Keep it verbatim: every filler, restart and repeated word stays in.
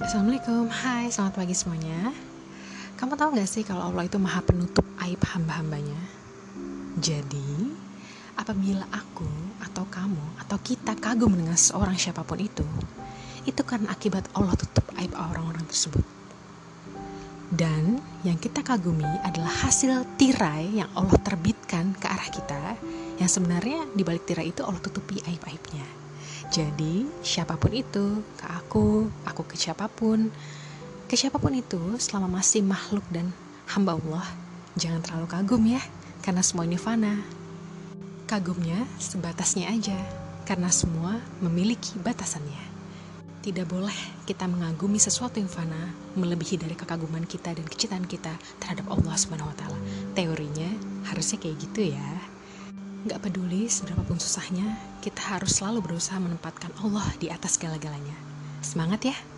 Assalamualaikum, hai selamat pagi semuanya. Kamu tahu gak sih kalau Allah itu maha penutup aib hamba-hambanya? Jadi, apabila aku atau kamu atau kita kagum dengan seorang siapapun itu, itu karena akibat Allah tutup aib orang-orang tersebut. Dan yang kita kagumi adalah hasil tirai yang Allah terbitkan ke arah kita, yang sebenarnya di balik tirai itu Allah tutupi aib-aibnya. Jadi siapapun itu, ke aku, aku ke siapapun, ke siapapun itu selama masih makhluk dan hamba Allah, jangan terlalu kagum ya, karena semua ini fana. Kagumnya sebatasnya aja, karena semua memiliki batasannya. Tidak boleh kita mengagumi sesuatu yang fana melebihi dari kekaguman kita dan kecintaan kita terhadap Allah Subhanahu wa taala. Teorinya harusnya kayak gitu ya. Gak peduli seberapapun susahnya, kita harus selalu berusaha menempatkan Allah di atas segala-galanya. Semangat ya!